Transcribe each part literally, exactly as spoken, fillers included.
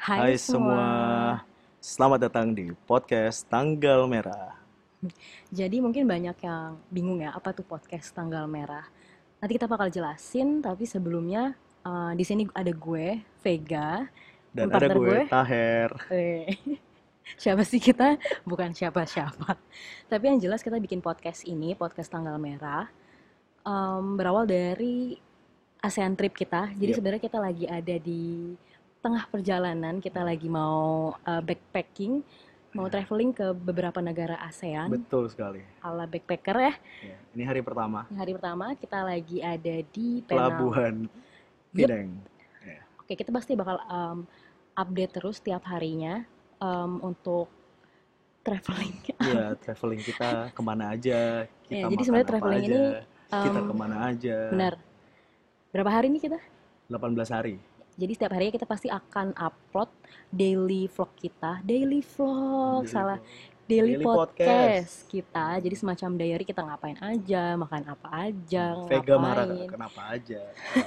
Hai Hai semua, semua. selamat datang di podcast Tanggal Merah. Jadi mungkin banyak yang bingung ya, apa tuh podcast Tanggal Merah. Nanti kita bakal jelasin, tapi sebelumnya eh, di sini ada gue, Vega, dan Dan ada partner gue, gue. Taher. Eh, siapa sih kita? Bukan siapa-siapa. Tapi yang jelas kita bikin podcast ini, podcast Tanggal Merah, em, berawal dari ASEAN trip kita. Jadi Yep, sebenarnya kita lagi ada di tengah perjalanan, kita lagi mau eh, backpacking, mau traveling ke beberapa negara ASEAN betul sekali. ala backpacker ya. Ya, ini hari pertama, Hari pertama kita lagi ada di Penang. Pelabuhan Yep. Pinang. Ya, Oke, kita pasti bakal em, update terus tiap harinya em, untuk traveling. ya, traveling kita kemana aja, Ya, kita jadi makan sebenarnya apa traveling aja, ini kita em, kemana aja. benar. Berapa hari nih kita? delapan belas hari. Jadi setiap harinya kita pasti akan upload daily vlog kita, daily vlog, Daily salah, vlog. daily, Daily podcast. podcast. Kita. Jadi semacam diary kita ngapain aja, makan apa aja, Vega marah ngapain, kenapa aja.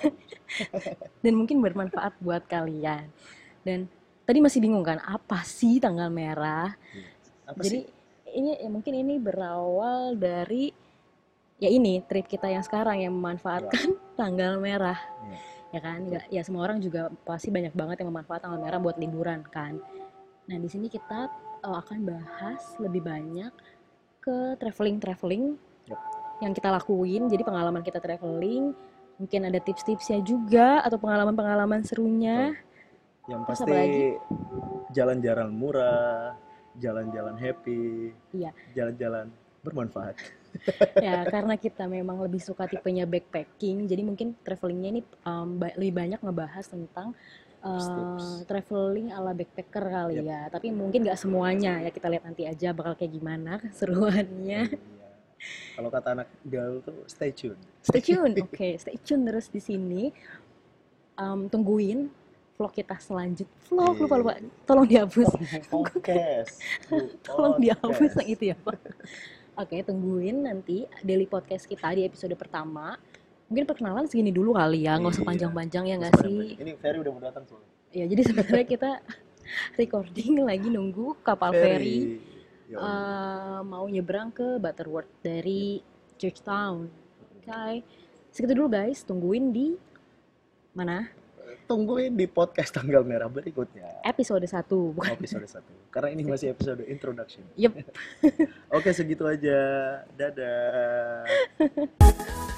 dan mungkin bermanfaat buat kalian. Dan tadi masih bingung kan, apa sih tanggal merah? Apa Jadi sih? ini ya mungkin ini berawal dari ya ini trip kita yang sekarang yang Ya, memanfaatkan tanggal merah. ya, Ya kan, betul. nggak, ya semua orang juga pasti banyak banget yang memanfaatkan tanggal merah buat liburan kan. Nah di sini kita uh, akan bahas lebih banyak ke traveling traveling Yep. yang kita lakuin. Jadi pengalaman kita traveling, mungkin ada tips-tipsnya juga atau pengalaman-pengalaman Betul. serunya. Yang Terus pasti apa lagi? jalan-jalan murah, jalan-jalan happy, Iya, jalan-jalan bermanfaat. ya karena kita memang lebih suka tipenya backpacking, jadi mungkin travelingnya ini um, ba- lebih banyak ngebahas tentang Tips-tips. uh, traveling ala backpacker kali Yep. ya. Tapi mungkin nggak semuanya ya, kita lihat nanti aja bakal kayak gimana keseruannya. Iya. Kalau kata anak gaul tuh stay tune. Stay tune, oke, stay tune terus di sini. Um, tungguin vlog kita selanjutnya. Vlog lupa lupa, Iya. tolong dihapus, Podcast. Bu, tolong dihapus yang podcast. itu ya Pak. Oke, tungguin nanti daily podcast kita di episode pertama. Mungkin perkenalan segini dulu kali ya, nggak usah Iya. panjang-panjang ya Terus nggak panjang-panjang. sih? Ini Ferry udah mau datang soalnya. Ya, jadi sebenarnya kita recording lagi nunggu kapal feri Ferry. Yo. eh, mau nyebrang ke Butterworth dari Georgetown. Oke, segitu dulu guys, tungguin di mana? Tungguin di podcast Tanggal Merah berikutnya. Episode satu, bukan? Episode satu. Karena ini masih episode introduction. Yup. Oke, segitu aja. Dadah.